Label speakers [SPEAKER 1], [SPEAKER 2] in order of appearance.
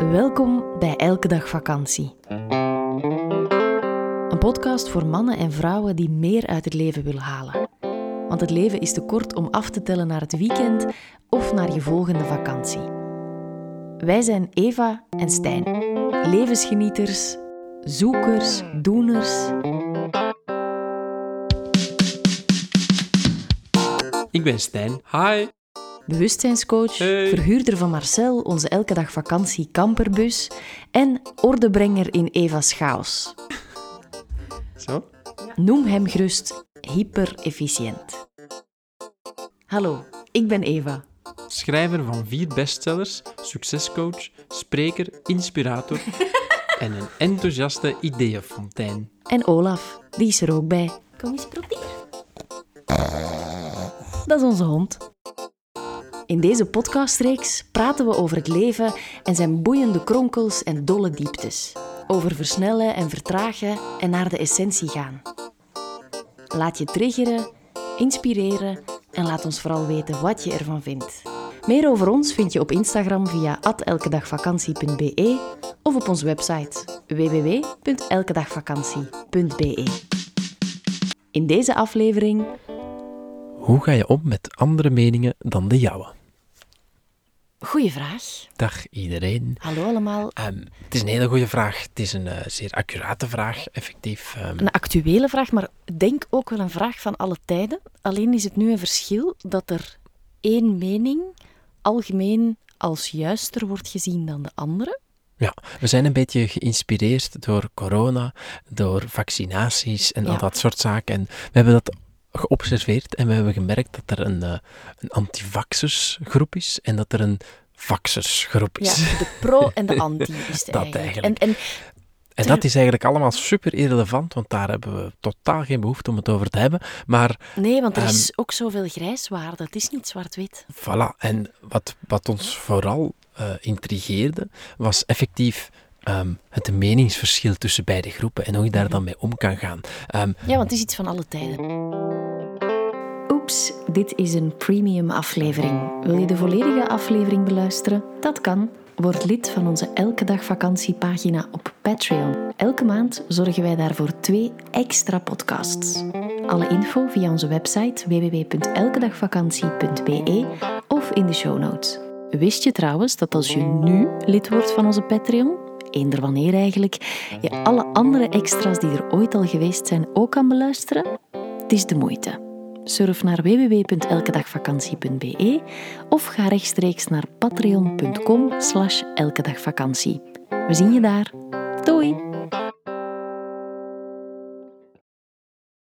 [SPEAKER 1] Welkom bij Elke Dag Vakantie. Een podcast voor mannen en vrouwen die meer uit het leven willen halen. Want het leven is te kort om af te tellen naar het weekend of naar je volgende vakantie. Wij zijn Eva en Stijn. Levensgenieters, zoekers, doeners.
[SPEAKER 2] Ik ben Stijn. Hi.
[SPEAKER 1] Bewustzijnscoach,
[SPEAKER 2] Hey.
[SPEAKER 1] verhuurder van Marcel, onze Elke Dag Vakantie camperbus en ordebrenger in Eva's chaos.
[SPEAKER 2] Zo?
[SPEAKER 1] Noem hem gerust hyper-efficiënt. Hallo, ik ben Eva.
[SPEAKER 2] Schrijver van 4 bestsellers, succescoach, spreker, inspirator en een enthousiaste ideeënfontein.
[SPEAKER 1] En Olaf, die is er ook bij. Kom eens proberen. Dat is onze hond. In deze podcastreeks praten we over het leven en zijn boeiende kronkels en dolle dieptes. Over versnellen en vertragen en naar de essentie gaan. Laat je triggeren, inspireren en laat ons vooral weten wat je ervan vindt. Meer over ons vind je op Instagram via @elkedagvakantie.be of op onze website www.elkedagvakantie.be. In deze aflevering...
[SPEAKER 3] Hoe ga je om met andere meningen dan de jouwe?
[SPEAKER 1] Goeie vraag.
[SPEAKER 3] Dag iedereen.
[SPEAKER 1] Hallo allemaal.
[SPEAKER 3] Het is een hele goede vraag. Het is een zeer accurate vraag, effectief.
[SPEAKER 1] Een actuele vraag, maar denk ook wel een vraag van alle tijden. Alleen is het nu een verschil dat er één mening algemeen als juister wordt gezien dan de andere.
[SPEAKER 3] Ja, we zijn een beetje geïnspireerd door corona, door vaccinaties en al dat soort zaken. En we hebben dat geobserveerd en we hebben gemerkt dat er een antivaxersgroep is en dat er een vaxersgroep is.
[SPEAKER 1] Ja, de pro en de anti is het
[SPEAKER 3] Dat eigenlijk. En dat is eigenlijk allemaal super irrelevant, want daar hebben we totaal geen behoefte om het over te hebben. Maar,
[SPEAKER 1] nee, want er is ook zoveel grijswaarde. Het is niet zwart-wit.
[SPEAKER 3] Voilà. En wat ons vooral intrigeerde, was effectief het meningsverschil tussen beide groepen en hoe je daar dan mee om kan gaan.
[SPEAKER 1] Ja, want het is iets van alle tijden. Oeps, dit is een premium aflevering. Wil je de volledige aflevering beluisteren? Dat kan. Word lid van onze Elke Dag Vakantiepagina op Patreon. Elke maand zorgen wij daarvoor 2 extra podcasts. Alle info via onze website www.elkedagvakantie.be of in de show notes. Wist je trouwens dat als je nu lid wordt van onze Patreon, eender wanneer eigenlijk, je alle andere extra's die er ooit al geweest zijn ook kan beluisteren? Het is de moeite. Surf naar www.elkedagvakantie.be of ga rechtstreeks naar patreon.com/elkedagvakantie. We zien je daar. Doei!